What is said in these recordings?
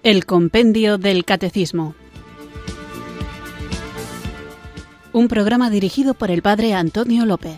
El Compendio del Catecismo. Un programa dirigido por el Padre Antonio López.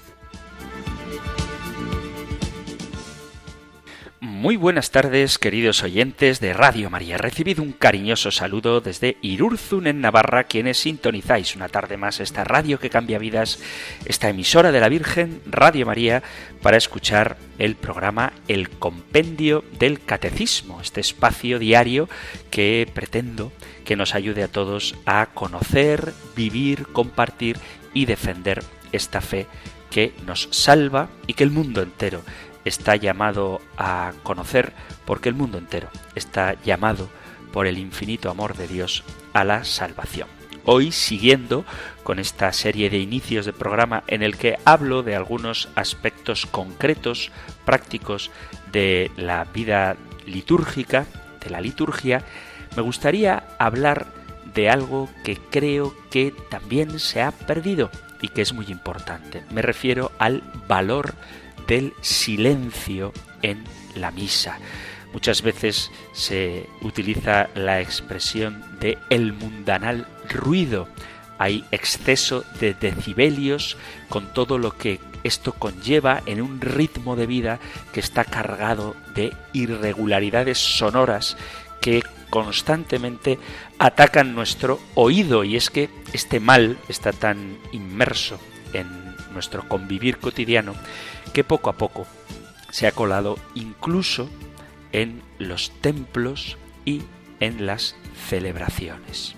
Muy buenas tardes, queridos oyentes de Radio María. Recibid un cariñoso saludo desde Irurzun, en Navarra, quienes sintonizáis una tarde más esta radio que cambia vidas, esta emisora de la Virgen, Radio María, para escuchar el programa El Compendio del Catecismo, este espacio diario que pretendo que nos ayude a todos a conocer, vivir, compartir y defender esta fe que nos salva y que el mundo entero está llamado a conocer, porque el mundo entero está llamado por el infinito amor de Dios a la salvación. Hoy, siguiendo con esta serie de inicios de programa en el que hablo de algunos aspectos concretos, prácticos de la vida litúrgica, de la liturgia, me gustaría hablar de algo que creo que también se ha perdido y que es muy importante. Me refiero al valor del silencio en la misa. Muchas veces se utiliza la expresión de el mundanal ruido. Hay exceso de decibelios con todo lo que esto conlleva en un ritmo de vida que está cargado de irregularidades sonoras que constantemente atacan nuestro oído, y es que este mal está tan inmerso en nuestro convivir cotidiano que poco a poco se ha colado incluso en los templos y en las celebraciones.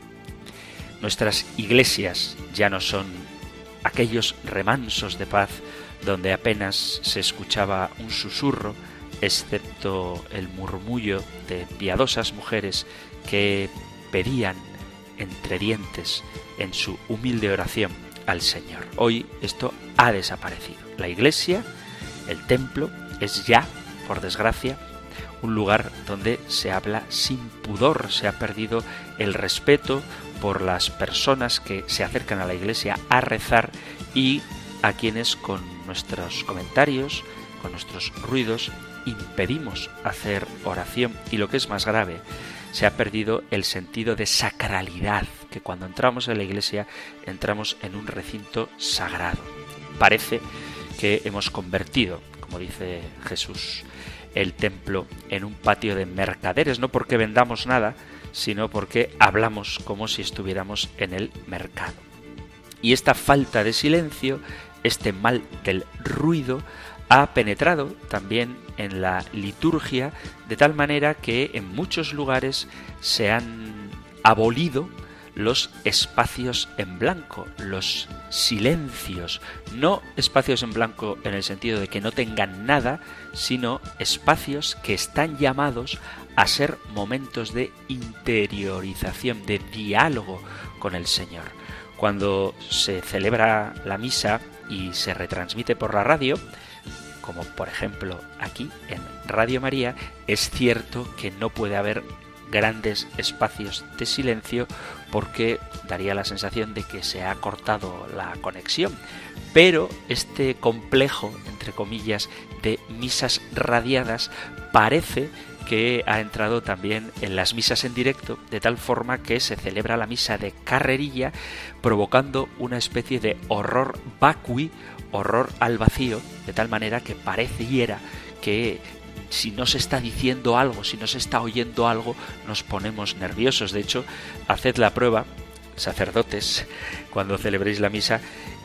Nuestras iglesias ya no son aquellos remansos de paz donde apenas se escuchaba un susurro, excepto el murmullo de piadosas mujeres que pedían entre dientes en su humilde oración al Señor. Hoy esto ha desaparecido. La iglesia, el templo, es ya, por desgracia, un lugar donde se habla sin pudor. Se ha perdido el respeto por las personas que se acercan a la iglesia a rezar y a quienes con nuestros comentarios, con nuestros ruidos, impedimos hacer oración. Y lo que es más grave, se ha perdido el sentido de sacralidad, que cuando entramos en la iglesia entramos en un recinto sagrado. Parece que hemos convertido, como dice Jesús, el templo en un patio de mercaderes, no porque vendamos nada, sino porque hablamos como si estuviéramos en el mercado. Y esta falta de silencio, este mal del ruido, ha penetrado también en la liturgia, de tal manera que en muchos lugares se han abolido los espacios en blanco, los silencios, no espacios en blanco en el sentido de que no tengan nada, sino espacios que están llamados a ser momentos de interiorización, de diálogo con el Señor. Cuando se celebra la misa y se retransmite por la radio, como por ejemplo aquí en Radio María, es cierto que no puede haber grandes espacios de silencio porque daría la sensación de que se ha cortado la conexión. Pero este complejo, entre comillas, de misas radiadas parece que ha entrado también en las misas en directo, de tal forma que se celebra la misa de carrerilla, provocando una especie de horror vacui, horror al vacío, de tal manera que pareciera que si no se está diciendo algo, si no se está oyendo algo, nos ponemos nerviosos. De hecho, haced la prueba, sacerdotes, cuando celebréis la misa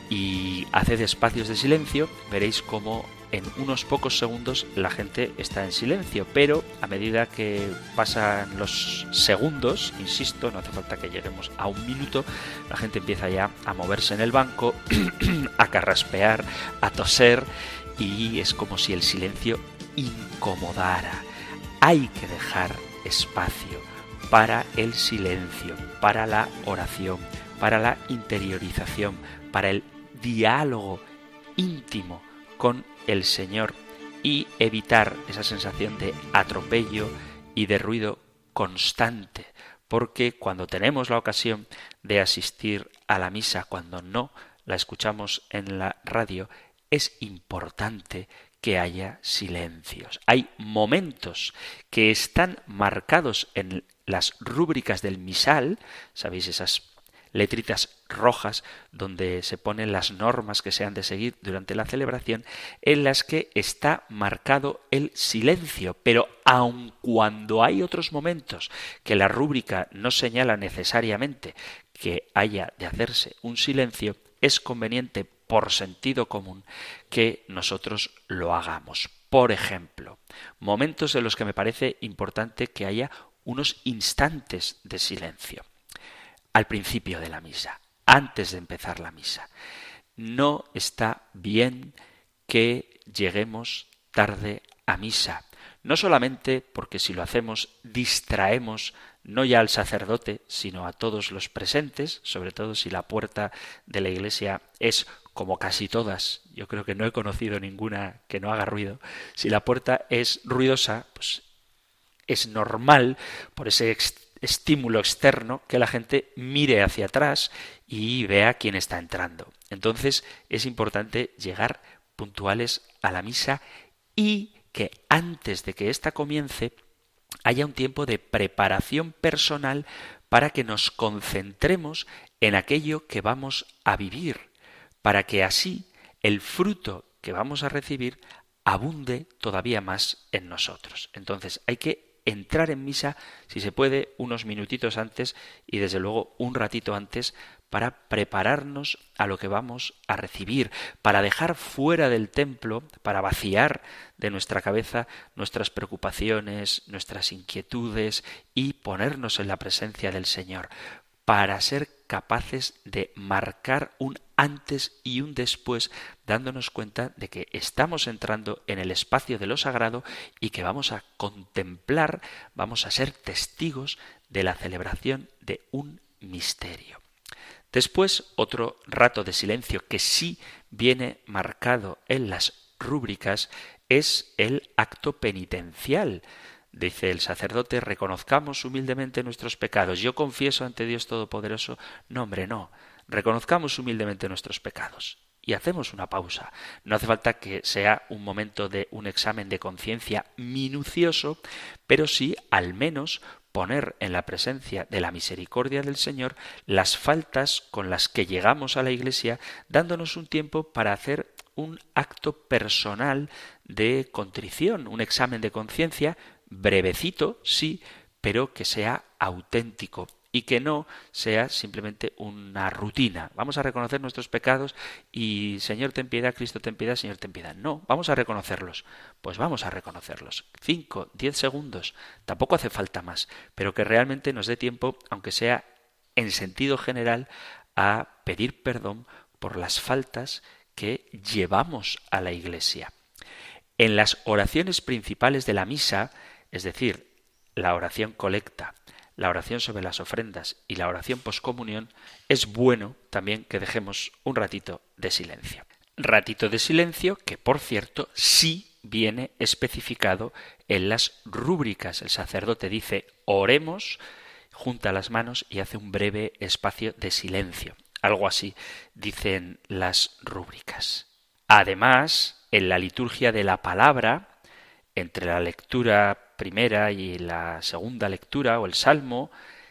y haced espacios de silencio, veréis cómo en unos pocos segundos la gente está en silencio, pero a medida que pasan los segundos, insisto, no hace falta que lleguemos a un minuto, la gente empieza ya a moverse en el banco, a carraspear, a toser, y es como si el silencio incomodara. Hay que dejar espacio para el silencio, para la oración, para la interiorización, para el diálogo íntimo con el Señor y evitar esa sensación de atropello y de ruido constante, porque cuando tenemos la ocasión de asistir a la misa, cuando no la escuchamos en la radio, es importante que haya silencios. Hay momentos que están marcados en las rúbricas del misal, ¿sabéis? Esas letritas rojas donde se ponen las normas que se han de seguir durante la celebración, en las que está marcado el silencio. Pero aun cuando hay otros momentos que la rúbrica no señala necesariamente que haya de hacerse un silencio, es conveniente por sentido común que nosotros lo hagamos. Por ejemplo, momentos en los que me parece importante que haya unos instantes de silencio. Al principio de la misa, antes de empezar la misa. No está bien que lleguemos tarde a misa. No solamente porque si lo hacemos distraemos no ya al sacerdote, sino a todos los presentes, sobre todo si la puerta de la iglesia es como casi todas, yo creo que no he conocido ninguna que no haga ruido. Si la puerta es ruidosa, pues es normal, por ese estímulo externo, que la gente mire hacia atrás y vea quién está entrando. Entonces es importante llegar puntuales a la misa y que antes de que ésta comience haya un tiempo de preparación personal para que nos concentremos en aquello que vamos a vivir, para que así el fruto que vamos a recibir abunde todavía más en nosotros. Entonces hay que entrar en misa, si se puede, unos minutitos antes y desde luego un ratito antes para prepararnos a lo que vamos a recibir, para dejar fuera del templo, para vaciar de nuestra cabeza nuestras preocupaciones, nuestras inquietudes y ponernos en la presencia del Señor, para ser capaces de marcar un antes y un después, dándonos cuenta de que estamos entrando en el espacio de lo sagrado y que vamos a contemplar, vamos a ser testigos de la celebración de un misterio. Después, otro rato de silencio que sí viene marcado en las rúbricas es el acto penitencial. Dice el sacerdote: reconozcamos humildemente nuestros pecados. Yo confieso ante Dios Todopoderoso. No, hombre, no. Reconozcamos humildemente nuestros pecados. Y hacemos una pausa. No hace falta que sea un momento de un examen de conciencia minucioso, pero sí al menos poner en la presencia de la misericordia del Señor las faltas con las que llegamos a la Iglesia, dándonos un tiempo para hacer un acto personal de contrición, un examen de conciencia, brevecito, sí, pero que sea auténtico y que no sea simplemente una rutina. Vamos a reconocer nuestros pecados y Señor ten piedad, Cristo ten piedad, Señor ten piedad. No, vamos a reconocerlos. Pues vamos a reconocerlos. 5, 10 segundos, tampoco hace falta más, pero que realmente nos dé tiempo, aunque sea en sentido general, a pedir perdón por las faltas que llevamos a la Iglesia. En las oraciones principales de la misa, es decir, la oración colecta, la oración sobre las ofrendas y la oración poscomunión, es bueno también que dejemos un ratito de silencio. Ratito de silencio que, por cierto, sí viene especificado en las rúbricas. El sacerdote dice: oremos, junta las manos y hace un breve espacio de silencio. Algo así dicen las rúbricas. Además, en la liturgia de la palabra, entre la lectura primera y la segunda lectura o el salmo,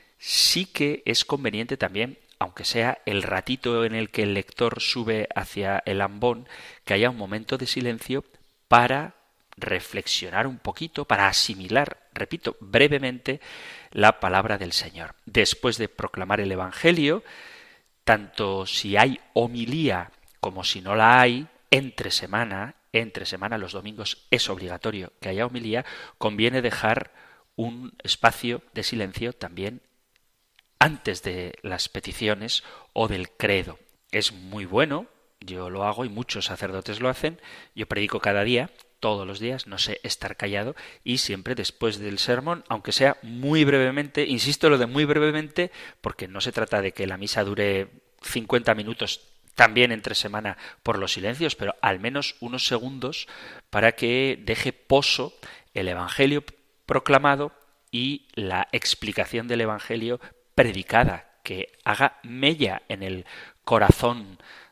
sí que es conveniente también, aunque sea el ratito en el que el lector sube hacia el ambón, que haya un momento de silencio para reflexionar un poquito, para asimilar, repito, brevemente la palabra del Señor. Después de proclamar el Evangelio, tanto si hay homilía como si no la hay, entre semana los domingos es obligatorio que haya homilía, conviene dejar un espacio de silencio también antes de las peticiones o del credo. Es muy bueno, yo lo hago y muchos sacerdotes lo hacen, yo predico cada día, todos los días, no sé estar callado y siempre después del sermón, aunque sea muy brevemente, insisto lo de muy brevemente porque no se trata de que la misa dure 50 minutos también entre semana por los silencios, pero al menos unos segundos para que deje poso el Evangelio proclamado y la explicación del Evangelio predicada, que haga mella en el corazón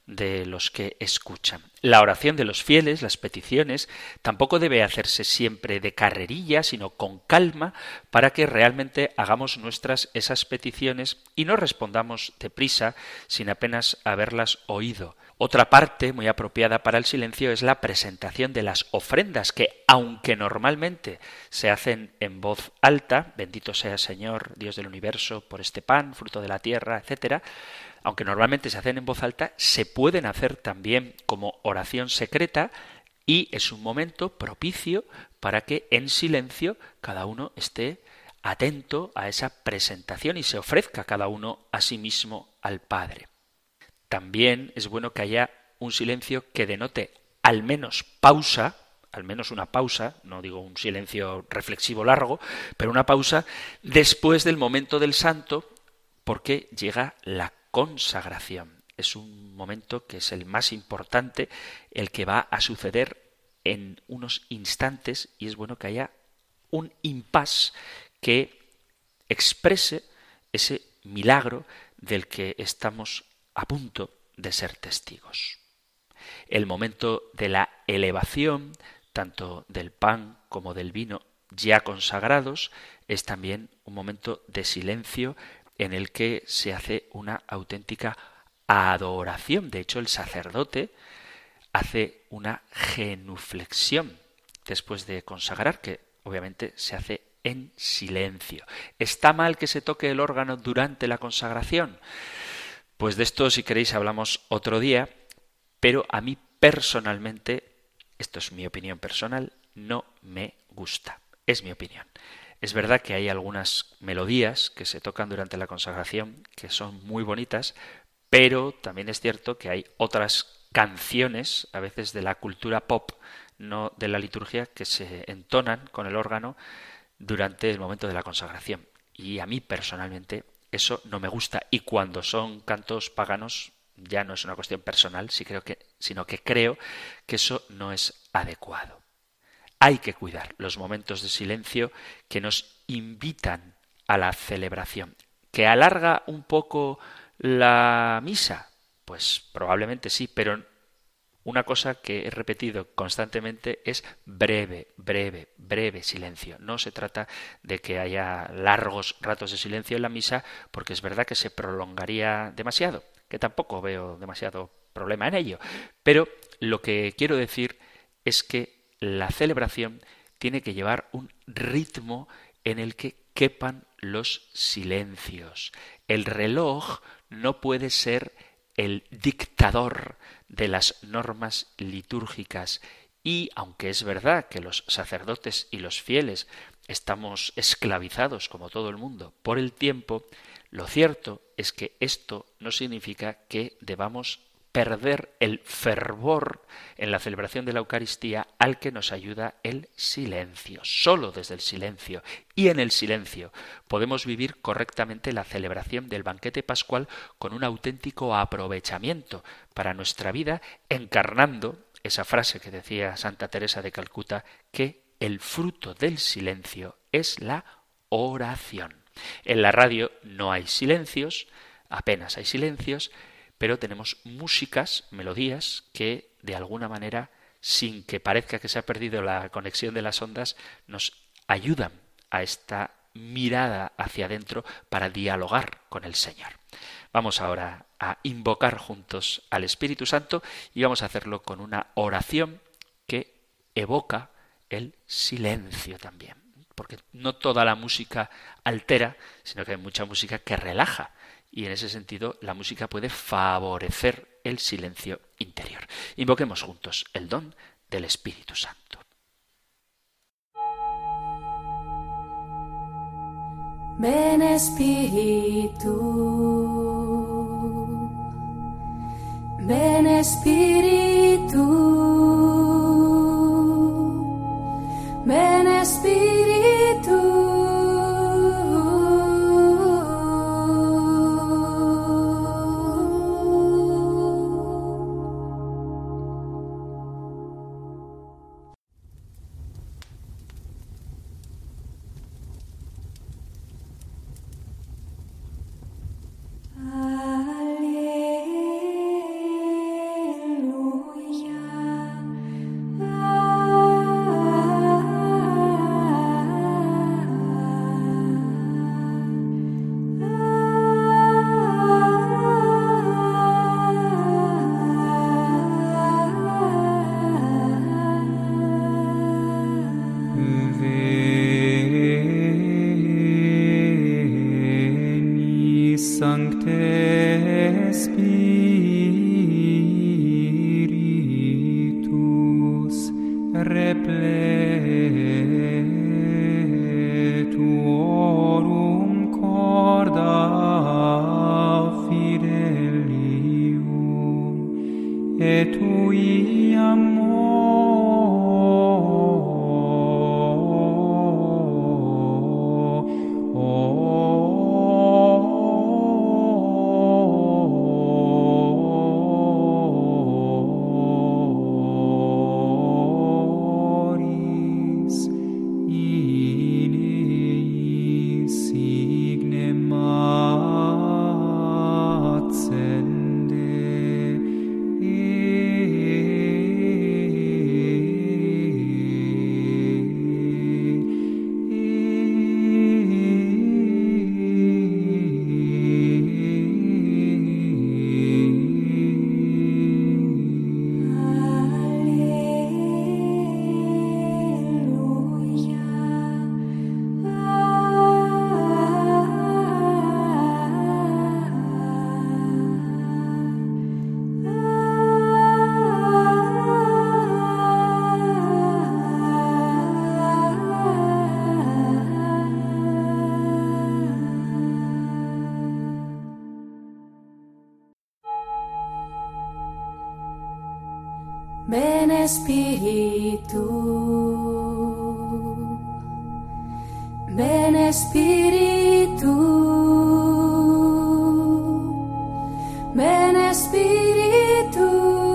de los que escuchan. La oración de los fieles, las peticiones, tampoco debe hacerse siempre de carrerilla, sino con calma, para que realmente hagamos nuestras esas peticiones y no respondamos deprisa sin apenas haberlas oído. Otra parte muy apropiada para el silencio es la presentación de las ofrendas, que aunque normalmente se hacen en voz alta, bendito sea Señor, Dios del universo, por este pan, fruto de la tierra, etcétera, aunque normalmente se hacen en voz alta, se pueden hacer también como oración secreta y es un momento propicio para que en silencio cada uno esté atento a esa presentación y se ofrezca cada uno a sí mismo al Padre. También es bueno que haya un silencio que denote al menos pausa, al menos una pausa, no digo un silencio reflexivo largo, pero una pausa después del momento del santo, porque llega la consagración. Es un momento que es el más importante, el que va a suceder en unos instantes, y es bueno que haya un impasse que exprese ese milagro del que estamos a punto de ser testigos. El momento de la elevación, tanto del pan como del vino ya consagrados, es también un momento de silencio en el que se hace una auténtica adoración. De hecho, el sacerdote hace una genuflexión después de consagrar, que obviamente se hace en silencio. ¿Está mal que se toque el órgano durante la consagración? Pues de esto, si queréis, hablamos otro día, pero a mí personalmente, esto es mi opinión personal, no me gusta. Es mi opinión. Es verdad que hay algunas melodías que se tocan durante la consagración que son muy bonitas, pero también es cierto que hay otras canciones, a veces de la cultura pop, no de la liturgia, que se entonan con el órgano durante el momento de la consagración. Y a mí personalmente eso no me gusta, y cuando son cantos paganos ya no es una cuestión personal, sino que creo que eso no es adecuado. Hay que cuidar los momentos de silencio que nos invitan a la celebración. ¿Que alarga un poco la misa? Pues probablemente sí, pero una cosa que he repetido constantemente es breve, breve, breve silencio. No se trata de que haya largos ratos de silencio en la misa, porque es verdad que se prolongaría demasiado, que tampoco veo demasiado problema en ello. Pero lo que quiero decir es que la celebración tiene que llevar un ritmo en el que quepan los silencios. El reloj no puede ser el dictador de las normas litúrgicas, y aunque es verdad que los sacerdotes y los fieles estamos esclavizados, como todo el mundo, por el tiempo, lo cierto es que esto no significa que debamos perder el fervor en la celebración de la Eucaristía al que nos ayuda el silencio. Solo desde el silencio y en el silencio podemos vivir correctamente la celebración del banquete pascual con un auténtico aprovechamiento para nuestra vida, encarnando esa frase que decía Santa Teresa de Calcuta, que el fruto del silencio es la oración. En la radio no hay silencios, apenas hay silencios, pero tenemos músicas, melodías, que de alguna manera, sin que parezca que se ha perdido la conexión de las ondas, nos ayudan a esta mirada hacia adentro para dialogar con el Señor. Vamos ahora a invocar juntos al Espíritu Santo y vamos a hacerlo con una oración que evoca el silencio también. Porque no toda la música altera, sino que hay mucha música que relaja. Y en ese sentido, la música puede favorecer el silencio interior. Invoquemos juntos el don del Espíritu Santo. Ven Espíritu, ven Espíritu, ven Espíritu. tuorum corda fidelium et tui Ven Espíritu, ven Espíritu, ven Espíritu.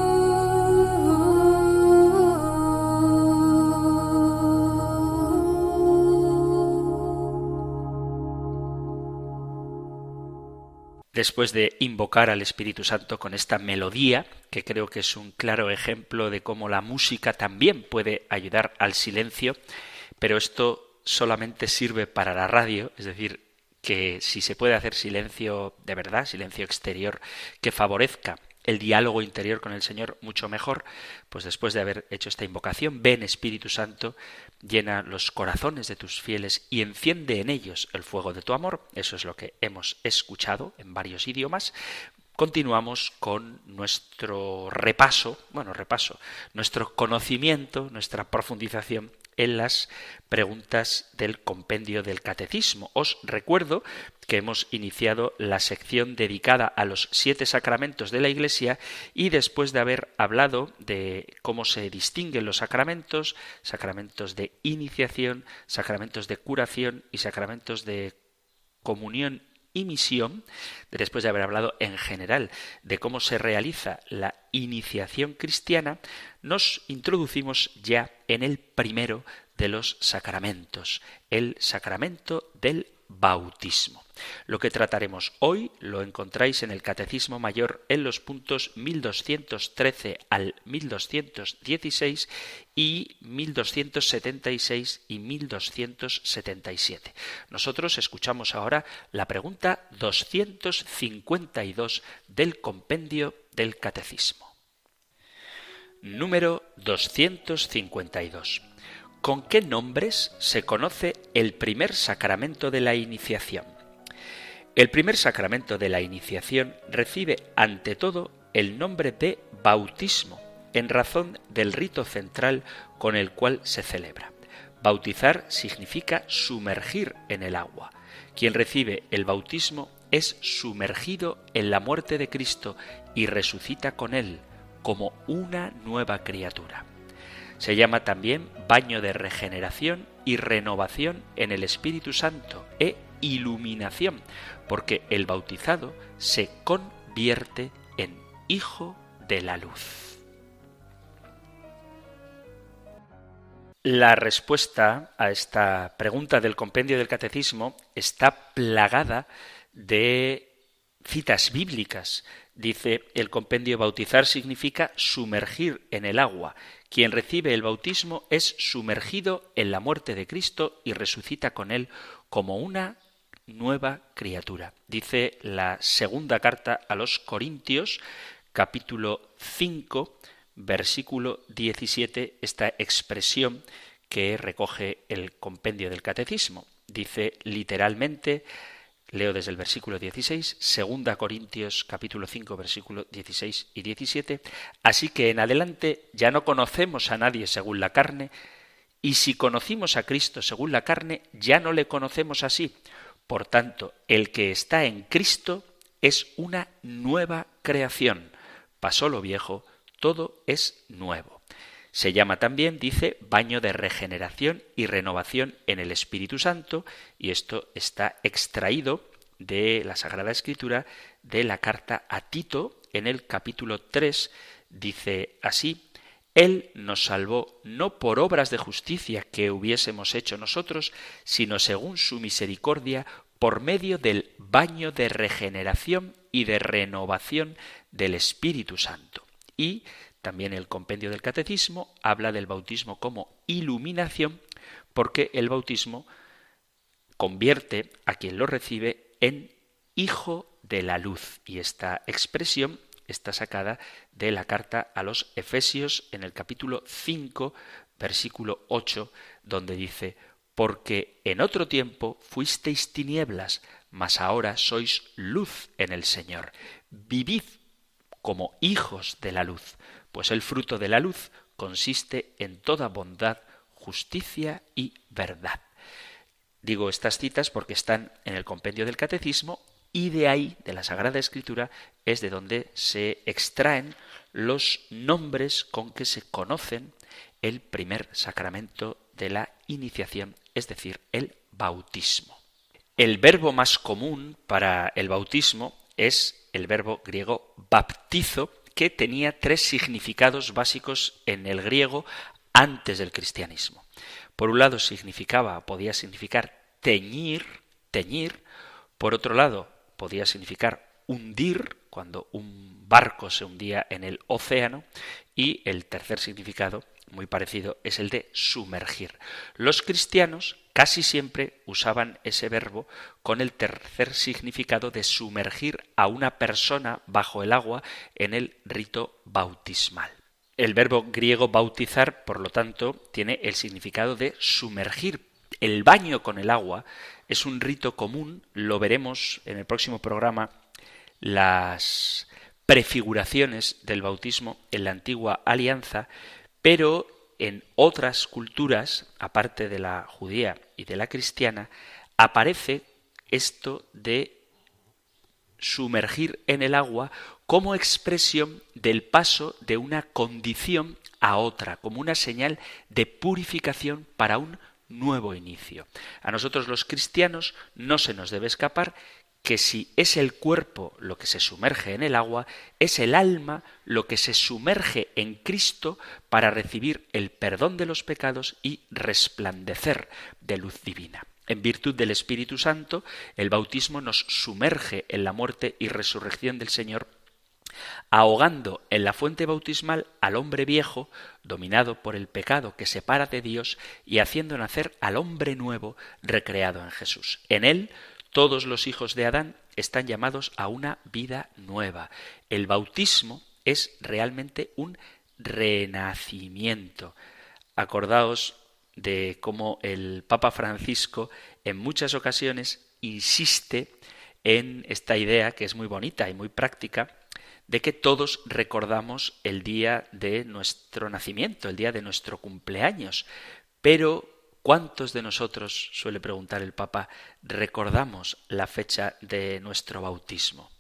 Después de invocar al Espíritu Santo con esta melodía, que creo que es un claro ejemplo de cómo la música también puede ayudar al silencio, pero esto solamente sirve para la radio, es decir, que si se puede hacer silencio de verdad, silencio exterior, que favorezca el diálogo interior con el Señor, mucho mejor. Pues después de haber hecho esta invocación, ven Espíritu Santo, llena los corazones de tus fieles y enciende en ellos el fuego de tu amor. Eso es lo que hemos escuchado en varios idiomas. Continuamos con nuestro nuestro conocimiento, nuestra profundización en las preguntas del compendio del Catecismo. Os recuerdo que hemos iniciado la sección dedicada a los 7 sacramentos de la Iglesia y después de haber hablado de cómo se distinguen los sacramentos, sacramentos de iniciación, sacramentos de curación y sacramentos de comunión y misión, después de haber hablado en general de cómo se realiza la iniciación cristiana, nos introducimos ya en el primero de los sacramentos, el sacramento del bautismo. Lo que trataremos hoy lo encontráis en el Catecismo Mayor en los puntos 1213 al 1216 y 1276 y 1277. Nosotros escuchamos ahora la pregunta 252 del compendio del Catecismo. Número 252. ¿Con qué nombres se conoce el primer sacramento de la iniciación? El primer sacramento de la iniciación recibe ante todo el nombre de bautismo, en razón del rito central con el cual se celebra. Bautizar significa sumergir en el agua. Quien recibe el bautismo es sumergido en la muerte de Cristo y resucita con él como una nueva criatura. Se llama también baño de regeneración y renovación en el Espíritu Santo e iluminación, porque el bautizado se convierte en hijo de la luz. La respuesta a esta pregunta del compendio del Catecismo está plagada de citas bíblicas. Dice el compendio: bautizar significa sumergir en el agua. Quien recibe el bautismo es sumergido en la muerte de Cristo y resucita con él como una nueva criatura. Dice la segunda carta a los Corintios, capítulo 5, versículo 17, esta expresión que recoge el compendio del Catecismo. Dice literalmente, leo desde el versículo 16, 2 Corintios capítulo 5, versículo 16 y 17. Así que en adelante ya no conocemos a nadie según la carne, Y si conocimos a Cristo según la carne, ya no le conocemos así. Por tanto, el que está en Cristo es una nueva creación. Pasó lo viejo, todo es nuevo. Se llama también, dice, baño de regeneración y renovación en el Espíritu Santo, y esto está extraído de la Sagrada Escritura, de la carta a Tito, en el capítulo 3, dice así: Él nos salvó no por obras de justicia que hubiésemos hecho nosotros, sino según su misericordia, por medio del baño de regeneración y de renovación del Espíritu Santo. Y también el compendio del Catecismo habla del bautismo como iluminación, porque el bautismo convierte a quien lo recibe en hijo de la luz. Y esta expresión está sacada de la carta a los Efesios en el capítulo 5, versículo 8, donde dice: porque en otro tiempo fuisteis tinieblas, mas ahora sois luz en el Señor. Vivid como hijos de la luz, pues el fruto de la luz consiste en toda bondad, justicia y verdad. Digo estas citas porque están en el compendio del Catecismo, y de ahí, de la Sagrada Escritura, es de donde se extraen los nombres con que se conocen el primer sacramento de la iniciación, es decir, el bautismo. El verbo más común para el bautismo es el verbo griego baptizo, que tenía 3 significados básicos en el griego antes del cristianismo. Por un lado podía significar teñir. Por otro lado, podía significar hundir, cuando un barco se hundía en el océano. Y el tercer significado, muy parecido, es el de sumergir. Los cristianos casi siempre usaban ese verbo con el tercer significado de sumergir a una persona bajo el agua en el rito bautismal. El verbo griego bautizar, por lo tanto, tiene el significado de sumergir. El baño con el agua es un rito común, lo veremos en el próximo programa, las prefiguraciones del bautismo en la antigua alianza, pero en otras culturas, aparte de la judía y de la cristiana, aparece esto de sumergir en el agua como expresión del paso de una condición a otra, como una señal de purificación para un nuevo inicio. A nosotros los cristianos no se nos debe escapar que si es el cuerpo lo que se sumerge en el agua, es el alma lo que se sumerge en Cristo para recibir el perdón de los pecados y resplandecer de luz divina. En virtud del Espíritu Santo, el bautismo nos sumerge en la muerte y resurrección del Señor, ahogando en la fuente bautismal al hombre viejo, dominado por el pecado que separa de Dios, y haciendo nacer al hombre nuevo, recreado en Jesús. En él, todos los hijos de Adán están llamados a una vida nueva. El bautismo es realmente un renacimiento. Acordaos de cómo el Papa Francisco en muchas ocasiones insiste en esta idea, que es muy bonita y muy práctica, de que todos recordamos el día de nuestro nacimiento, el día de nuestro cumpleaños. Pero ¿cuántos de nosotros, suele preguntar el Papa, recordamos la fecha de nuestro bautismo?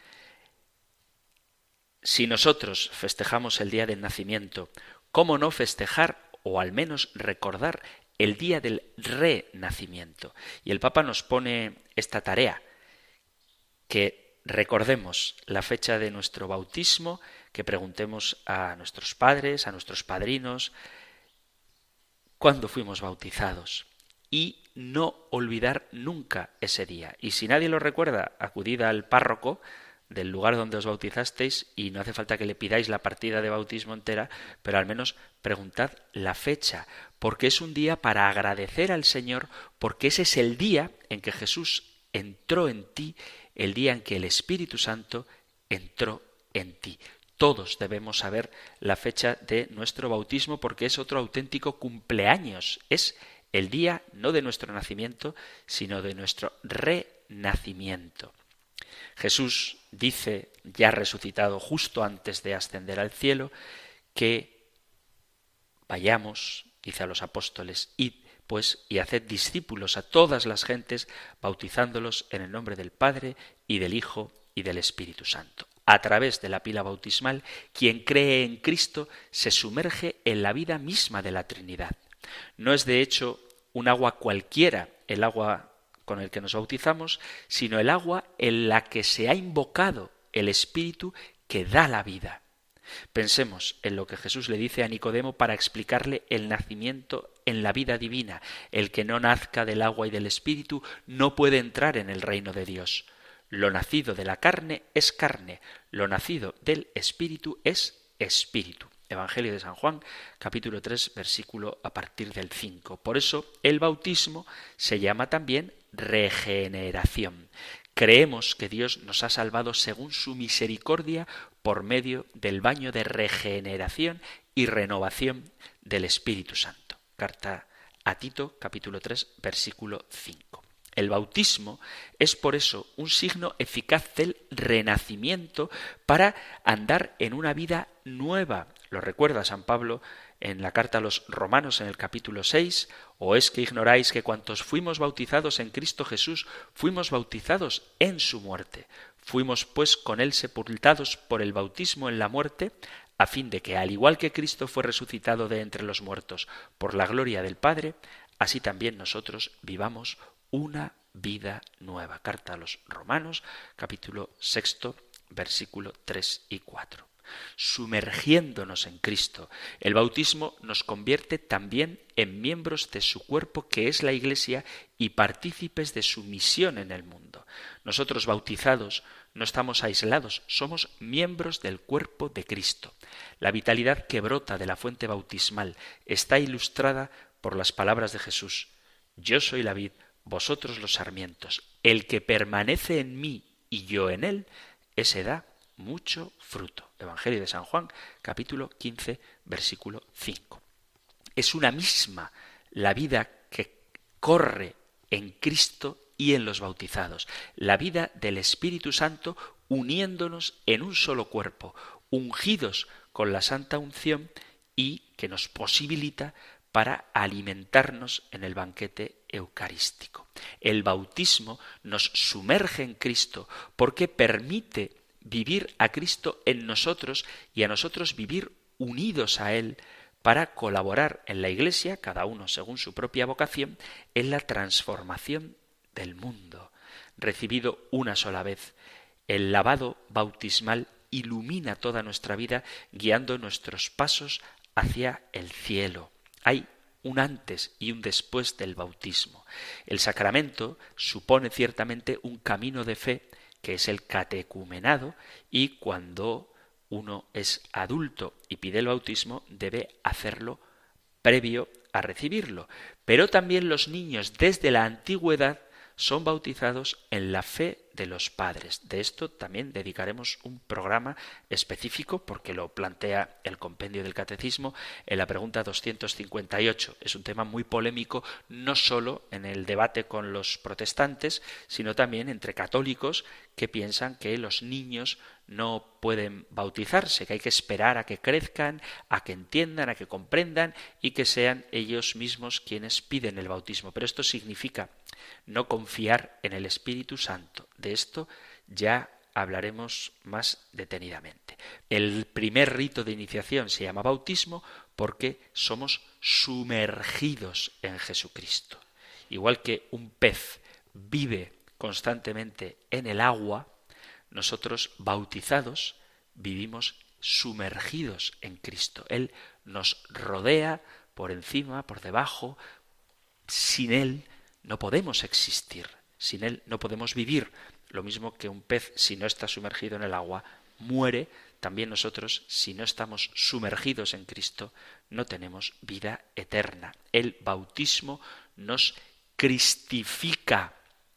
Si nosotros festejamos el día del nacimiento, ¿cómo no festejar o al menos recordar el día del renacimiento? Y el Papa nos pone esta tarea, que recordemos la fecha de nuestro bautismo, que preguntemos a nuestros padres, a nuestros padrinos, cuándo fuimos bautizados, y no olvidar nunca ese día. Y si nadie lo recuerda, acudid al párroco del lugar donde os bautizasteis, y no hace falta que le pidáis la partida de bautismo entera, pero al menos preguntad la fecha, porque es un día para agradecer al Señor, porque ese es el día en que Jesús entró en ti, el día en que el Espíritu Santo entró en ti. Todos debemos saber la fecha de nuestro bautismo, porque es otro auténtico cumpleaños. Es el día no de nuestro nacimiento, sino de nuestro renacimiento. Jesús dice, ya resucitado justo antes de ascender al cielo, que vayamos dice a los apóstoles: id pues y haced discípulos a todas las gentes, bautizándolos en el nombre del Padre y del Hijo y del Espíritu Santo. A través de la pila bautismal, quien cree en Cristo se sumerge en la vida misma de la Trinidad. No es de hecho un agua cualquiera el agua con el que nos bautizamos, sino el agua en la que se ha invocado el Espíritu que da la vida. Pensemos en lo que Jesús le dice a Nicodemo para explicarle el nacimiento en la vida divina. El que no nazca del agua y del Espíritu no puede entrar en el reino de Dios. Lo nacido de la carne es carne, lo nacido del Espíritu es Espíritu. Evangelio de San Juan, capítulo 3, versículo a partir del 5. Por eso el bautismo se llama también regeneración. Creemos que Dios nos ha salvado según su misericordia por medio del baño de regeneración y renovación del Espíritu Santo. Carta a Tito, capítulo 3, versículo 5. El bautismo es por eso un signo eficaz del renacimiento para andar en una vida nueva. Lo recuerda San Pablo en la carta a los Romanos en el capítulo 6, ¿o es que ignoráis que cuantos fuimos bautizados en Cristo Jesús, fuimos bautizados en su muerte? Fuimos pues con él sepultados por el bautismo en la muerte, a fin de que, al igual que Cristo fue resucitado de entre los muertos por la gloria del Padre, así también nosotros vivamos una vida nueva. Carta a los Romanos, capítulo 6, versículo 3 y 4. Sumergiéndonos en Cristo, el bautismo nos convierte también en miembros de su cuerpo, que es la Iglesia, y partícipes de su misión en el mundo. Nosotros bautizados no estamos aislados, somos miembros del cuerpo de Cristo. La vitalidad que brota de la fuente bautismal está ilustrada por las palabras de Jesús: yo soy la vid, vosotros los sarmientos. El que permanece en mí y yo en él, ese da mucho fruto. Evangelio de San Juan, capítulo 15, versículo 5. Es una misma la vida que corre en Cristo y en los bautizados, la vida del Espíritu Santo uniéndonos en un solo cuerpo, ungidos con la santa unción y que nos posibilita para alimentarnos en el banquete eucarístico. El bautismo nos sumerge en Cristo porque permite vivir a Cristo en nosotros y a nosotros vivir unidos a Él para colaborar en la Iglesia, cada uno según su propia vocación, en la transformación del mundo. Recibido una sola vez, el lavado bautismal ilumina toda nuestra vida, guiando nuestros pasos hacia el cielo. Hay un antes y un después del bautismo. El sacramento supone ciertamente un camino de fe, que es el catecumenado, y cuando uno es adulto y pide el bautismo, debe hacerlo previo a recibirlo. Pero también los niños desde la antigüedad son bautizados en la fe de los padres. De esto también dedicaremos un programa específico porque lo plantea el compendio del Catecismo en la pregunta 258. Es un tema muy polémico, no solo en el debate con los protestantes, sino también entre católicos que piensan que los niños no pueden bautizarse, que hay que esperar a que crezcan, a que entiendan, a que comprendan y que sean ellos mismos quienes piden el bautismo. Pero esto significa no confiar en el Espíritu Santo. De esto ya hablaremos más detenidamente. El primer rito de iniciación se llama bautismo porque somos sumergidos en Jesucristo. Igual que un pez vive constantemente en el agua, nosotros bautizados vivimos sumergidos en Cristo. Él nos rodea por encima, por debajo. Sin Él no podemos existir, sin Él no podemos vivir. Lo mismo que un pez, si no está sumergido en el agua, muere. También nosotros, si no estamos sumergidos en Cristo, no tenemos vida eterna. El bautismo nos cristifica,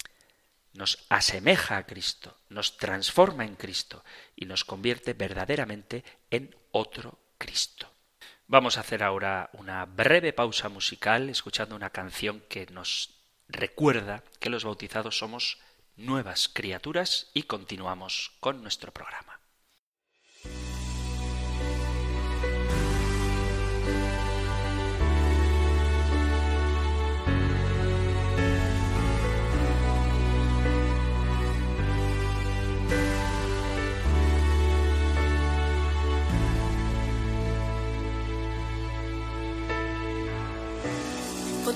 nos asemeja a Cristo, nos transforma en Cristo y nos convierte verdaderamente en otro Cristo. Vamos a hacer ahora una breve pausa musical escuchando una canción que nos recuerda que los bautizados somos nuevas criaturas y continuamos con nuestro programa.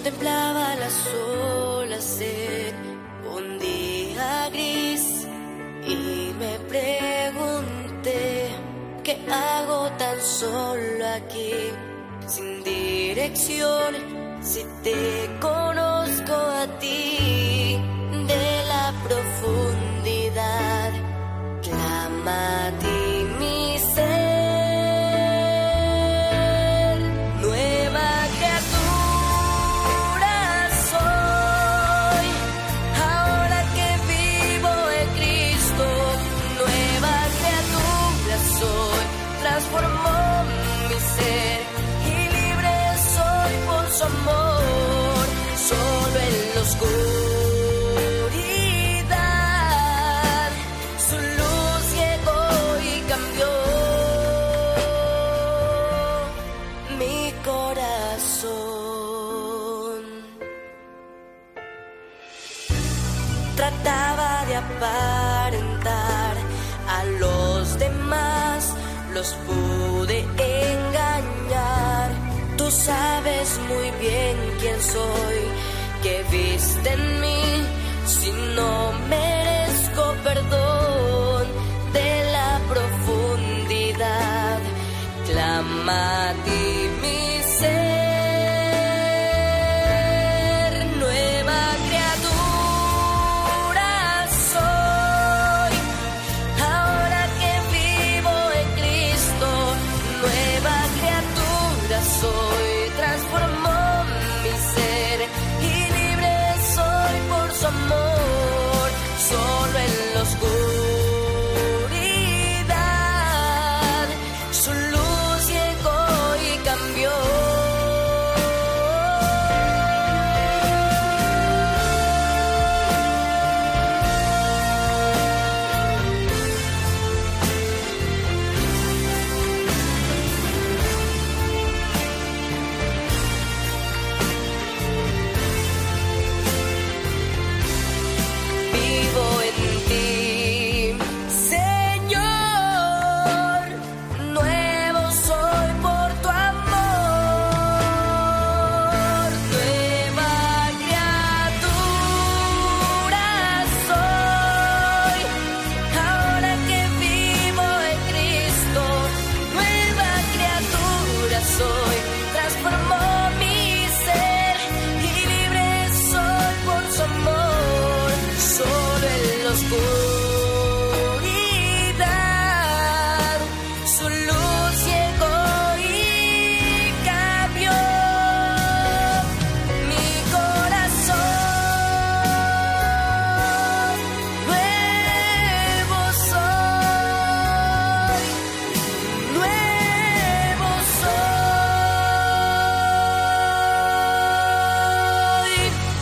Contemplaba las olas en un día gris y me pregunté, ¿qué hago tan solo aquí, sin dirección, si te conozco a ti? De la profundidad clama a ti mi ser. Transformó mi ser y libre soy por su amor. Solo en la oscuridad su luz llegó y cambió mi corazón. Trataba de aparentar a los demás, los pude engañar. Tú sabes muy bien quién soy, qué viste en mí, si no merezco perdón. De la profundidad clama a ti mi ser. Nueva criatura soy, ahora que vivo en Cristo. Nueva criatura soy, transformó mi ser y libre soy por su amor. Solo en la oscuridad su luz llegó y cambió. Vivo en ti, Señor, nuevo soy por tu amor. Nueva criatura soy, ahora que vivo en Cristo. Nueva criatura soy, transformó mi ser y libre soy por su amor. Solo en la oscuridad su luz llegó y cambió mi corazón. Nuevo soy, nuevo soy.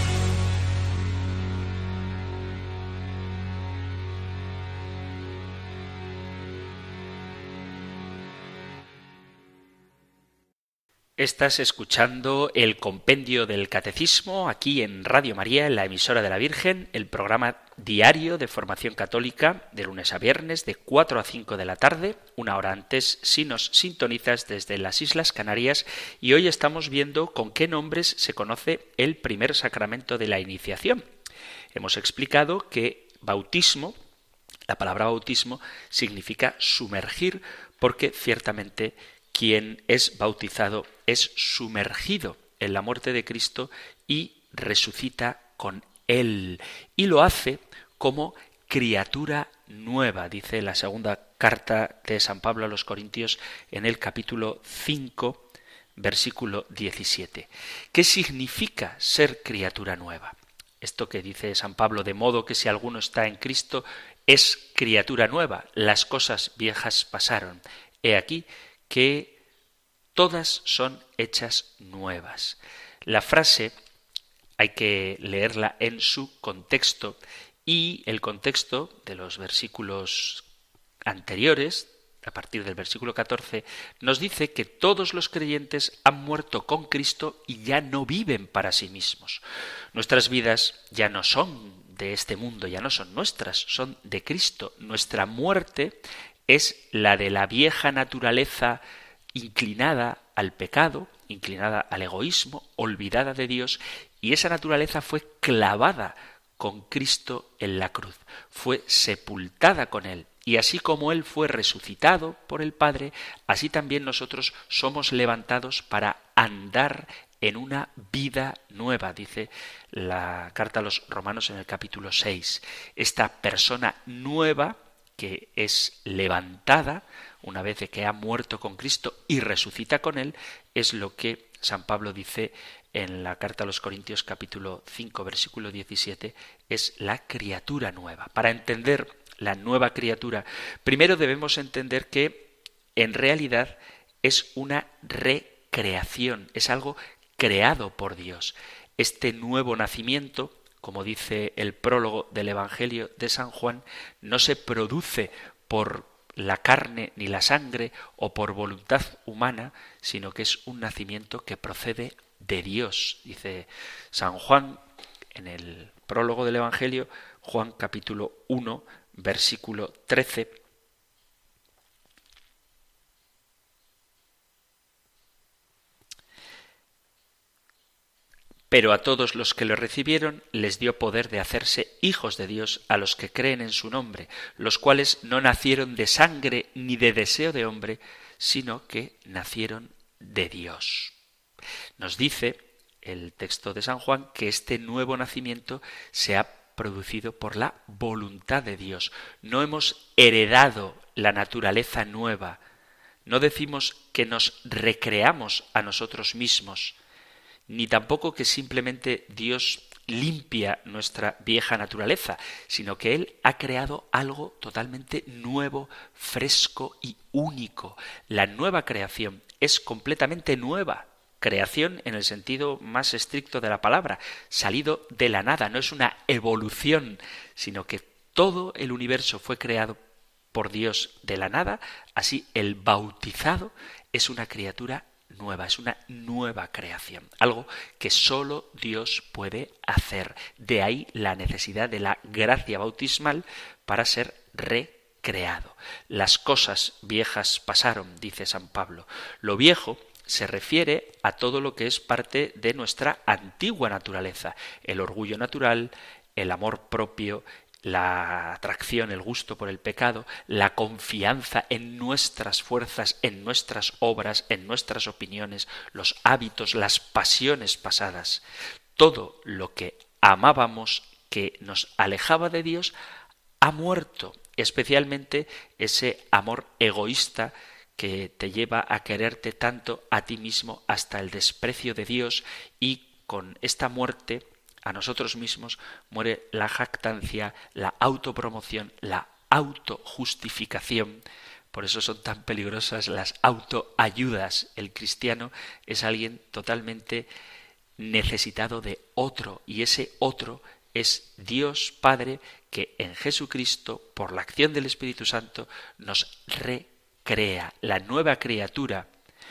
Estás escuchando el Compendio del Catecismo aquí en Radio María, en la emisora de la Virgen, el programa diario de formación católica de lunes a viernes de 4 a 5 de la tarde, una hora antes si nos sintonizas desde las Islas Canarias, y hoy estamos viendo con qué nombres se conoce el primer sacramento de la iniciación. Hemos explicado que bautismo, la palabra bautismo, significa sumergir, porque ciertamente quien es bautizado es sumergido en la muerte de Cristo y resucita con Él. Y lo hace como criatura nueva, dice la segunda carta de San Pablo a los Corintios en el capítulo 5, versículo 17. ¿Qué significa ser criatura nueva? Esto que dice San Pablo, de modo que si alguno está en Cristo, es criatura nueva. Las cosas viejas pasaron. He aquí que todas son hechas nuevas. La frase hay que leerla en su contexto, y el contexto de los versículos anteriores, a partir del versículo 14, nos dice que todos los creyentes han muerto con Cristo y ya no viven para sí mismos. Nuestras vidas ya no son de este mundo, ya no son nuestras, son de Cristo. Nuestra muerte es la de la vieja naturaleza inclinada al pecado, inclinada al egoísmo, olvidada de Dios, y esa naturaleza fue clavada con Cristo en la cruz, fue sepultada con Él. Y así como Él fue resucitado por el Padre, así también nosotros somos levantados para andar en una vida nueva, dice la carta a los Romanos en el capítulo 6. Esta persona nueva que es levantada una vez que ha muerto con Cristo y resucita con Él, es lo que San Pablo dice en la carta a los Corintios capítulo 5 versículo 17, es la criatura nueva. Para entender la nueva criatura, primero debemos entender que en realidad es una recreación, es algo creado por Dios. Este nuevo nacimiento, como dice el prólogo del Evangelio de San Juan, no se produce por la carne ni la sangre o por voluntad humana, sino que es un nacimiento que procede de Dios. Dice San Juan en el prólogo del Evangelio, Juan capítulo 1, versículo 13. Pero a todos los que lo recibieron les dio poder de hacerse hijos de Dios a los que creen en su nombre, los cuales no nacieron de sangre ni de deseo de hombre, sino que nacieron de Dios. Nos dice el texto de San Juan que este nuevo nacimiento se ha producido por la voluntad de Dios. No hemos heredado la naturaleza nueva. No decimos que nos recreamos a nosotros mismos, ni tampoco que simplemente Dios limpia nuestra vieja naturaleza, sino que Él ha creado algo totalmente nuevo, fresco y único. La nueva creación es completamente nueva. Creación en el sentido más estricto de la palabra, salido de la nada, no es una evolución, sino que todo el universo fue creado por Dios de la nada, así el bautizado es una criatura nueva, es una nueva creación, algo que solo Dios puede hacer. De ahí la necesidad de la gracia bautismal para ser recreado. Las cosas viejas pasaron, dice San Pablo. Lo viejo se refiere a todo lo que es parte de nuestra antigua naturaleza, el orgullo natural, el amor propio, la atracción, el gusto por el pecado, la confianza en nuestras fuerzas, en nuestras obras, en nuestras opiniones, los hábitos, las pasiones pasadas. Todo lo que amábamos, que nos alejaba de Dios, ha muerto, especialmente ese amor egoísta que te lleva a quererte tanto a ti mismo hasta el desprecio de Dios, y con esta muerte a nosotros mismos muere la jactancia, la autopromoción, la autojustificación. Por eso son tan peligrosas las autoayudas. El cristiano es alguien totalmente necesitado de otro, y ese otro es Dios Padre, que en Jesucristo, por la acción del Espíritu Santo, nos recrea. La nueva criatura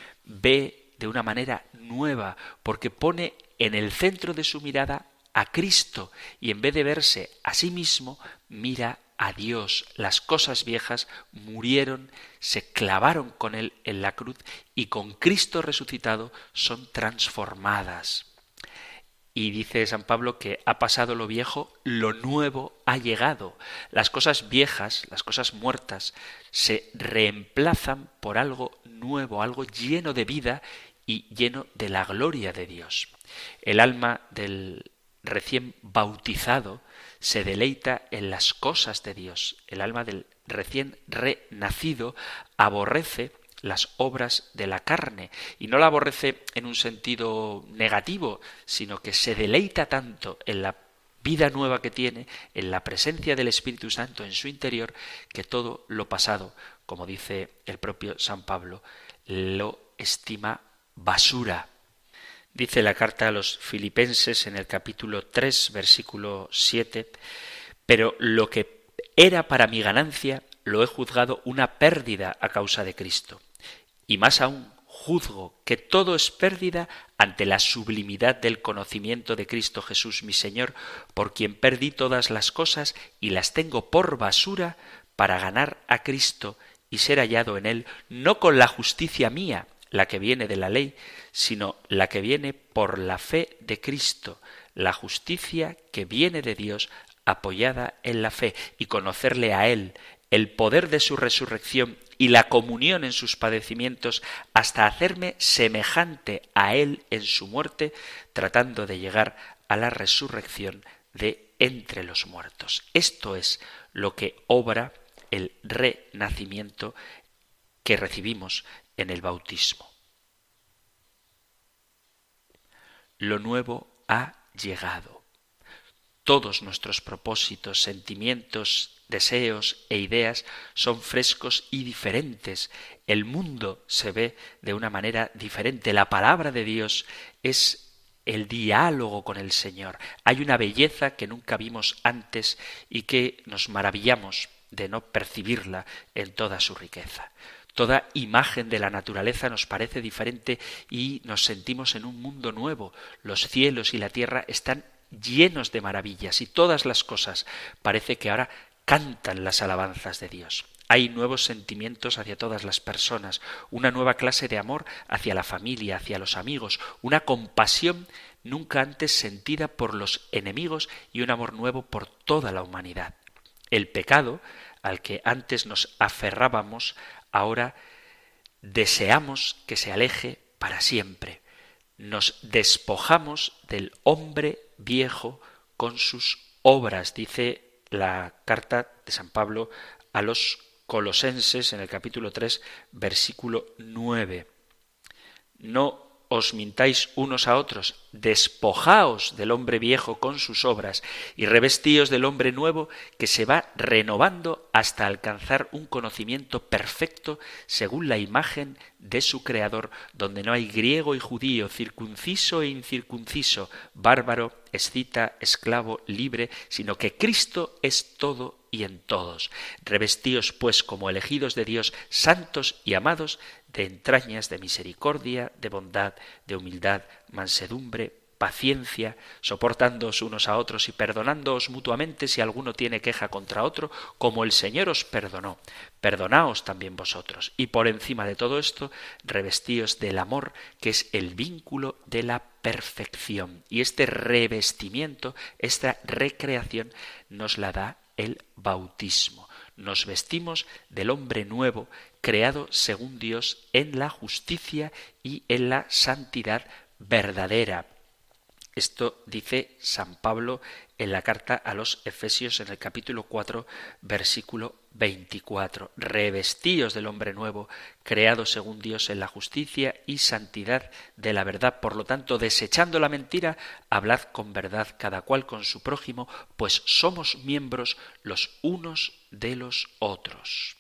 ve de una manera nueva, porque pone en el centro de su mirada a Cristo, y en vez de verse a sí mismo, mira a Dios. Las cosas viejas murieron, se clavaron con Él en la cruz, y con Cristo resucitado son transformadas. Y dice San Pablo que ha pasado lo viejo, lo nuevo ha llegado. Las cosas viejas, las cosas muertas, se reemplazan por algo nuevo, algo lleno de vida y lleno de la gloria de Dios. El alma del recién bautizado se deleita en las cosas de Dios. El alma del recién renacido aborrece las obras de la carne, y no la aborrece en un sentido negativo, sino que se deleita tanto en la vida nueva que tiene, en la presencia del Espíritu Santo en su interior, que todo lo pasado, como dice el propio San Pablo, lo estima basura. Dice la carta a los Filipenses en el capítulo 3, versículo 7, pero lo que era para mi ganancia lo he juzgado una pérdida a causa de Cristo. Y más aún, juzgo que todo es pérdida ante la sublimidad del conocimiento de Cristo Jesús mi Señor, por quien perdí todas las cosas y las tengo por basura para ganar a Cristo y ser hallado en Él, no con la justicia mía, la que viene de la ley, sino la que viene por la fe de Cristo, la justicia que viene de Dios apoyada en la fe, y conocerle a Él, el poder de su resurrección y la comunión en sus padecimientos, hasta hacerme semejante a Él en su muerte, tratando de llegar a la resurrección de entre los muertos. Esto es lo que obra el renacimiento que recibimos en el bautismo. Lo nuevo ha llegado. Todos nuestros propósitos, sentimientos, deseos e ideas son frescos y diferentes. El mundo se ve de una manera diferente. La palabra de Dios es el diálogo con el Señor. Hay una belleza que nunca vimos antes y que nos maravillamos de no percibirla en toda su riqueza. Toda imagen de la naturaleza nos parece diferente y nos sentimos en un mundo nuevo. Los cielos y la tierra están llenos de maravillas y todas las cosas parece que ahora cantan las alabanzas de Dios. Hay nuevos sentimientos hacia todas las personas, una nueva clase de amor hacia la familia, hacia los amigos, una compasión nunca antes sentida por los enemigos y un amor nuevo por toda la humanidad. El pecado, al que antes nos aferrábamos, ahora deseamos que se aleje para siempre. Nos despojamos del hombre viejo con sus obras, dice la carta de San Pablo a los Colosenses en el capítulo 3, versículo 9. No os mintáis unos a otros, despojaos del hombre viejo con sus obras y revestíos del hombre nuevo que se va renovando hasta alcanzar un conocimiento perfecto según la imagen de su Creador, donde no hay griego y judío, circunciso e incircunciso, bárbaro, escita, esclavo, libre, sino que Cristo es todo y en todos. Revestíos, pues, como elegidos de Dios, santos y amados, de entrañas de misericordia, de bondad, de humildad, mansedumbre, paciencia, soportándoos unos a otros y perdonándoos mutuamente si alguno tiene queja contra otro, como el Señor os perdonó. Perdonaos también vosotros. Y por encima de todo esto, revestíos del amor, que es el vínculo de la perfección. Y este revestimiento, esta recreación, nos la da el bautismo. Nos vestimos del hombre nuevo, creado según Dios en la justicia y en la santidad verdadera. Esto dice San Pablo en la carta a los Efesios en el capítulo 4, versículo 24. Revestíos del hombre nuevo, creado según Dios en la justicia y santidad de la verdad. Por lo tanto, desechando la mentira, hablad con verdad cada cual con su prójimo, pues somos miembros los unos de los otros.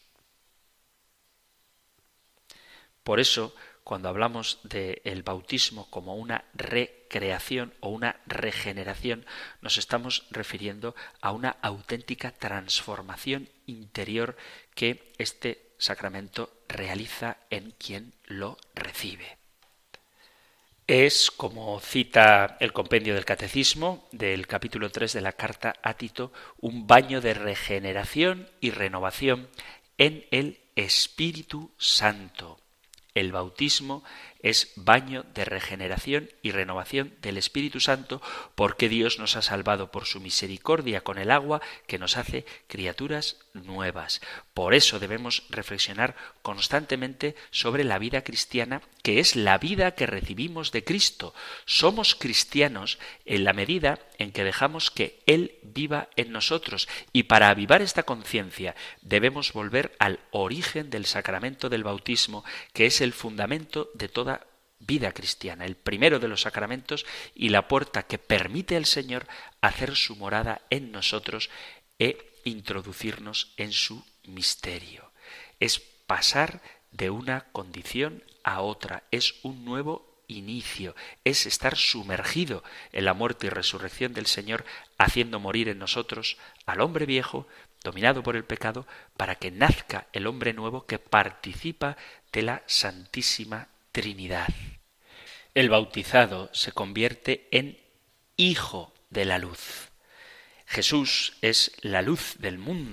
Por eso, cuando hablamos del bautismo como una recreación o una regeneración, nos estamos refiriendo a una auténtica transformación interior que este sacramento realiza en quien lo recibe. Es, como cita el compendio del Catecismo del capítulo 3 de la carta a Tito, un baño de regeneración y renovación en el Espíritu Santo. El bautismo es baño de regeneración y renovación del Espíritu Santo, porque Dios nos ha salvado por su misericordia con el agua que nos hace criaturas nuevas. Por eso debemos reflexionar constantemente sobre la vida cristiana, que es la vida que recibimos de Cristo. Somos cristianos en la medida en que dejamos que Él viva en nosotros, y para avivar esta conciencia debemos volver al origen del sacramento del bautismo, que es el fundamento de toda vida cristiana, el primero de los sacramentos y la puerta que permite al Señor hacer su morada en nosotros e introducirnos en su misterio. Es pasar de una condición a otra, es un nuevo inicio, es estar sumergido en la muerte y resurrección del Señor, haciendo morir en nosotros al hombre viejo, dominado por el pecado, para que nazca el hombre nuevo que participa de la Santísima Trinidad. El bautizado se convierte en hijo de la luz. Jesús es la luz del mundo.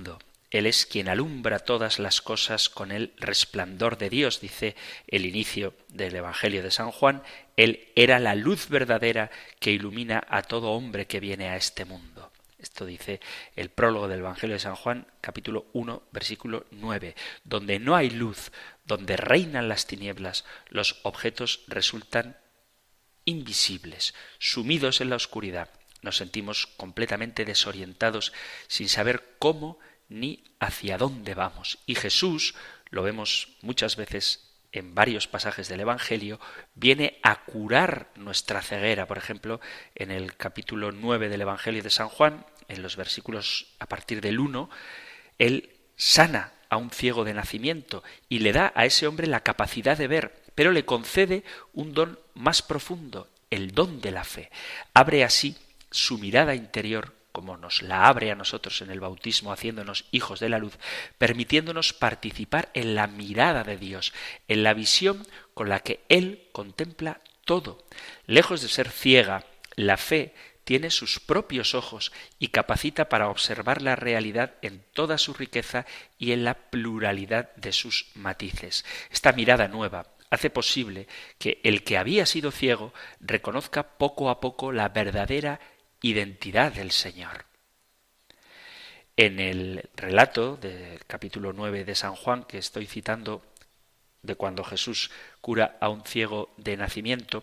Él es quien alumbra todas las cosas con el resplandor de Dios, dice el inicio del Evangelio de San Juan. Él era la luz verdadera que ilumina a todo hombre que viene a este mundo. Esto dice el prólogo del Evangelio de San Juan, capítulo 1, versículo 9. Donde no hay luz, donde reinan las tinieblas, los objetos resultan invisibles, sumidos en la oscuridad. Nos sentimos completamente desorientados, sin saber cómo ni hacia dónde vamos. Y Jesús, lo vemos muchas veces en varios pasajes del Evangelio, viene a curar nuestra ceguera. Por ejemplo, en el capítulo 9 del Evangelio de San Juan, en los versículos a partir del 1, Él sana a un ciego de nacimiento y le da a ese hombre la capacidad de ver, pero le concede un don más profundo, el don de la fe. Abre así su mirada interior, como nos la abre a nosotros en el bautismo, haciéndonos hijos de la luz, permitiéndonos participar en la mirada de Dios, en la visión con la que Él contempla todo. Lejos de ser ciega, la fe tiene sus propios ojos y capacita para observar la realidad en toda su riqueza y en la pluralidad de sus matices. Esta mirada nueva hace posible que el que había sido ciego reconozca poco a poco la verdadera identidad del Señor. En el relato del capítulo 9 de San Juan, que estoy citando, de cuando Jesús cura a un ciego de nacimiento,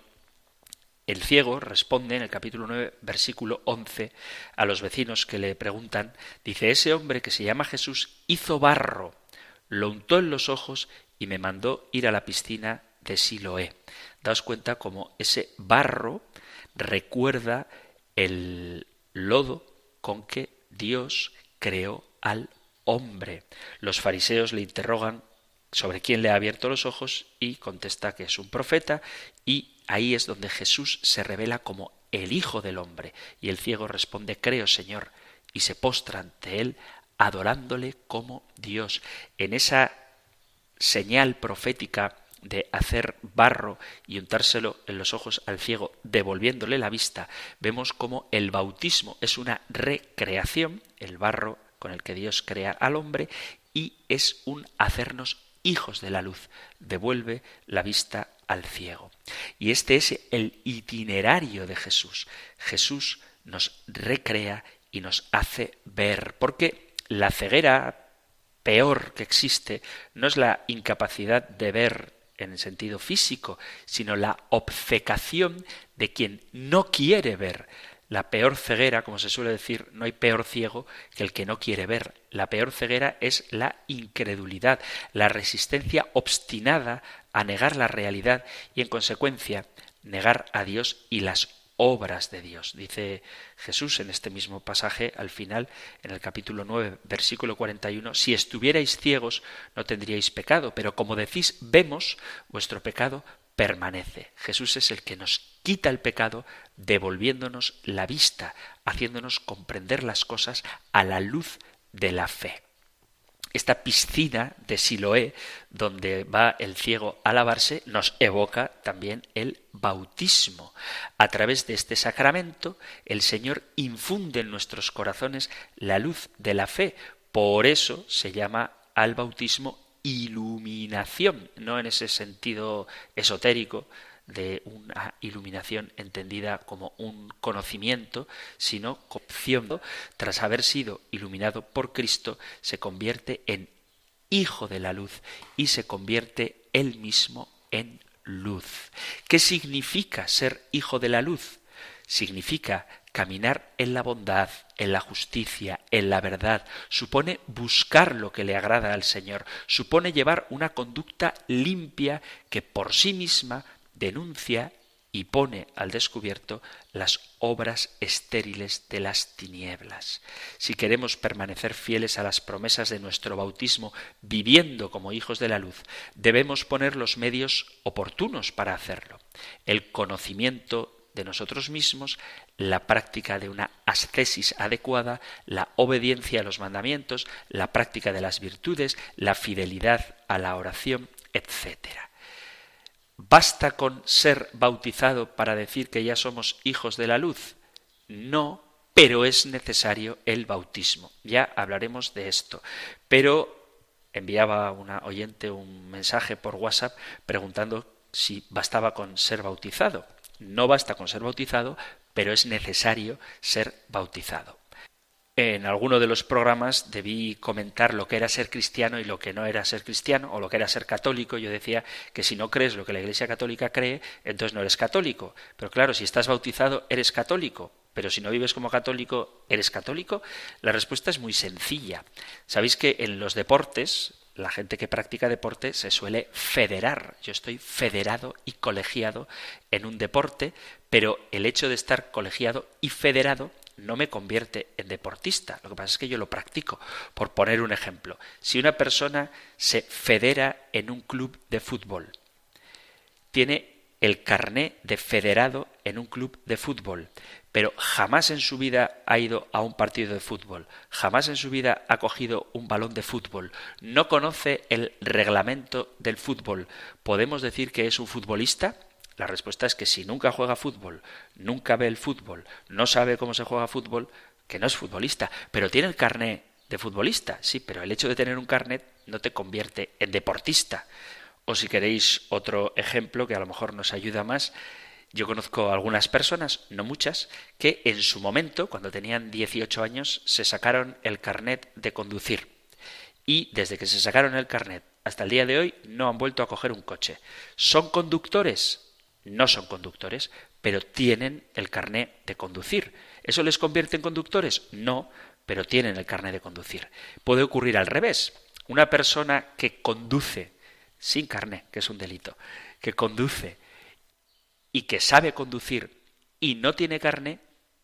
el ciego responde en el capítulo 9, versículo 11, a los vecinos que le preguntan, dice: ese hombre que se llama Jesús hizo barro, lo untó en los ojos y me mandó ir a la piscina de Siloé. Daos cuenta cómo ese barro recuerda el lodo con que Dios creó al hombre. Los fariseos le interrogan sobre quién le ha abierto los ojos y contesta que es un profeta, y ahí es donde Jesús se revela como el Hijo del Hombre. Y el ciego responde: creo, Señor, y se postra ante él adorándole como Dios. En esa señal profética de hacer barro y untárselo en los ojos al ciego, devolviéndole la vista, vemos cómo el bautismo es una recreación, el barro con el que Dios crea al hombre, y es un hacernos hijos de la luz, devuelve la vista al ciego. Y este es el itinerario de Jesús. Jesús nos recrea y nos hace ver, porque la ceguera peor que existe no es la incapacidad de ver en el sentido físico, sino la obcecación de quien no quiere ver. La peor ceguera, como se suele decir, no hay peor ciego que el que no quiere ver. La peor ceguera es la incredulidad, la resistencia obstinada a negar la realidad y, en consecuencia, negar a Dios y las obras de Dios. Dice Jesús en este mismo pasaje, al final, en el capítulo 9, versículo 41, si estuvierais ciegos no tendríais pecado, pero como decís vemos, vuestro pecado permanece. Jesús es el que nos quita el pecado, devolviéndonos la vista, haciéndonos comprender las cosas a la luz de la fe. Esta piscina de Siloé, donde va el ciego a lavarse, nos evoca también el bautismo. A través de este sacramento, el Señor infunde en nuestros corazones la luz de la fe. Por eso se llama al bautismo iluminación, no en ese sentido esotérico de una iluminación entendida como un conocimiento, sino opción. Tras haber sido iluminado por Cristo, se convierte en hijo de la luz y se convierte él mismo en luz. ¿Qué significa ser hijo de la luz? Significa caminar en la bondad, en la justicia, en la verdad. Supone buscar lo que le agrada al Señor. Supone llevar una conducta limpia que por sí misma denuncia y pone al descubierto las obras estériles de las tinieblas. Si queremos permanecer fieles a las promesas de nuestro bautismo, viviendo como hijos de la luz, debemos poner los medios oportunos para hacerlo. El conocimiento de nosotros mismos, la práctica de una ascesis adecuada, la obediencia a los mandamientos, la práctica de las virtudes, la fidelidad a la oración, etc. ¿Basta con ser bautizado para decir que ya somos hijos de la luz? No, pero es necesario el bautismo. Ya hablaremos de esto. Pero enviaba una oyente un mensaje por WhatsApp preguntando si bastaba con ser bautizado. No basta con ser bautizado, pero es necesario ser bautizado. En alguno de los programas debí comentar lo que era ser cristiano y lo que no era ser cristiano, o lo que era ser católico. Yo decía que si no crees lo que la Iglesia Católica cree, entonces no eres católico. Pero claro, si estás bautizado, eres católico. Pero si no vives como católico, ¿eres católico? La respuesta es muy sencilla. Sabéis que en los deportes, la gente que practica deporte se suele federar. Yo estoy federado y colegiado en un deporte, pero el hecho de estar colegiado y federado no me convierte en deportista. Lo que pasa es que yo lo practico. Por poner un ejemplo, si una persona se federa en un club de fútbol, tiene el carné de federado en un club de fútbol, pero jamás en su vida ha ido a un partido de fútbol, jamás en su vida ha cogido un balón de fútbol, no conoce el reglamento del fútbol, ¿podemos decir que es un futbolista? La respuesta es que si nunca juega fútbol, nunca ve el fútbol, no sabe cómo se juega fútbol, que no es futbolista, pero tiene el carné de futbolista, sí, pero el hecho de tener un carnet no te convierte en deportista. O si queréis otro ejemplo que a lo mejor nos ayuda más, yo conozco a algunas personas, no muchas, que en su momento, cuando tenían 18 años, se sacaron el carnet de conducir. Y desde que se sacaron el carnet hasta el día de hoy no han vuelto a coger un coche. ¿Son conductores? No son conductores, pero tienen el carné de conducir. ¿Eso les convierte en conductores? No, pero tienen el carné de conducir. Puede ocurrir al revés. Una persona que conduce sin carné, que es un delito, que conduce y que sabe conducir y no tiene carné,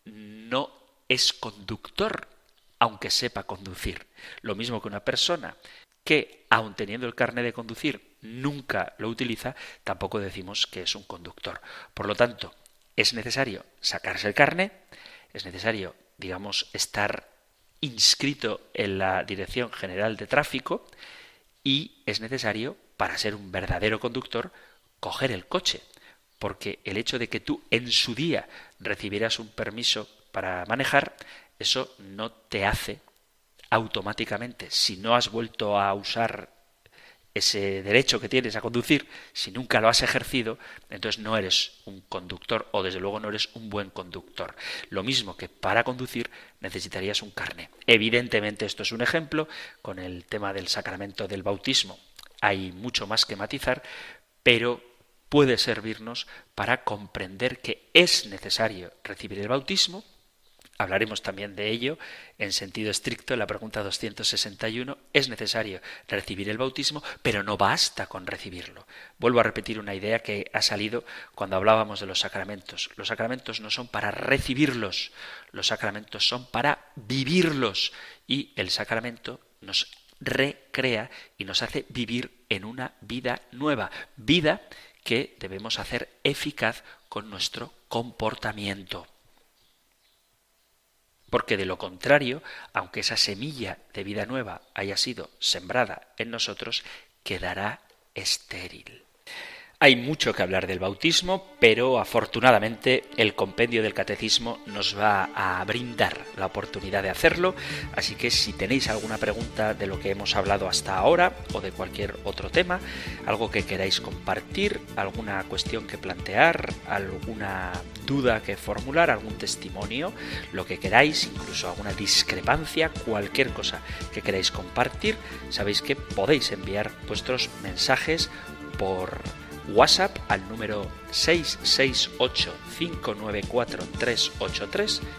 no es conductor, aunque sepa conducir. Lo mismo que una persona que, aun teniendo el carné de conducir, nunca lo utiliza, tampoco decimos que es un conductor. Por lo tanto, es necesario sacarse el carné, es necesario, digamos, estar inscrito en la Dirección General de Tráfico y es necesario, para ser un verdadero conductor, coger el coche. Porque el hecho de que tú en su día recibieras un permiso para manejar, eso no te hace automáticamente, si no has vuelto a usar ese derecho que tienes a conducir, si nunca lo has ejercido, entonces no eres un conductor o desde luego no eres un buen conductor. Lo mismo que para conducir necesitarías un carné. Evidentemente esto es un ejemplo, con el tema del sacramento del bautismo hay mucho más que matizar, pero puede servirnos para comprender que es necesario recibir el bautismo. Hablaremos también de ello en sentido estricto en la pregunta 261. Es necesario recibir el bautismo, pero no basta con recibirlo. Vuelvo a repetir una idea que ha salido cuando hablábamos de los sacramentos. Los sacramentos no son para recibirlos, los sacramentos son para vivirlos. Y el sacramento nos recrea y nos hace vivir en una vida nueva, vida que debemos hacer eficaz con nuestro comportamiento. Porque de lo contrario, aunque esa semilla de vida nueva haya sido sembrada en nosotros, quedará estéril. Hay mucho que hablar del bautismo, pero afortunadamente el compendio del catecismo nos va a brindar la oportunidad de hacerlo, así que si tenéis alguna pregunta de lo que hemos hablado hasta ahora o de cualquier otro tema, algo que queráis compartir, alguna cuestión que plantear, alguna duda que formular, algún testimonio, lo que queráis, incluso alguna discrepancia, cualquier cosa que queráis compartir, sabéis que podéis enviar vuestros mensajes por WhatsApp al número 668-594-383,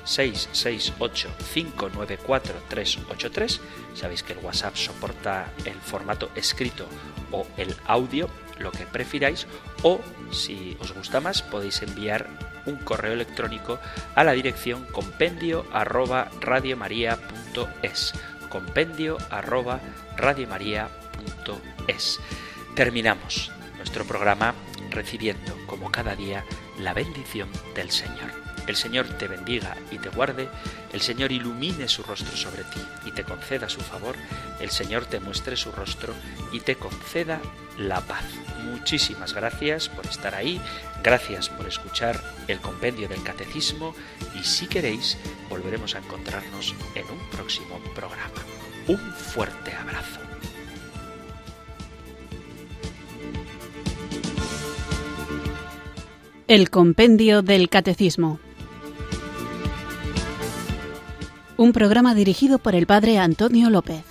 668-594-383. Sabéis que el WhatsApp soporta el formato escrito o el audio, lo que prefiráis, o si os gusta más podéis enviar un correo electrónico a la dirección compendio@radiomaria.es, compendio@radiomaria.es. Terminamos nuestro programa recibiendo, como cada día, la bendición del Señor. El Señor te bendiga y te guarde, el Señor ilumine su rostro sobre ti y te conceda su favor, el Señor te muestre su rostro y te conceda la paz. Muchísimas gracias por estar ahí, gracias por escuchar el compendio del Catecismo y si queréis volveremos a encontrarnos en un próximo programa. Un fuerte abrazo. El compendio del Catecismo. Un programa dirigido por el Padre Antonio López.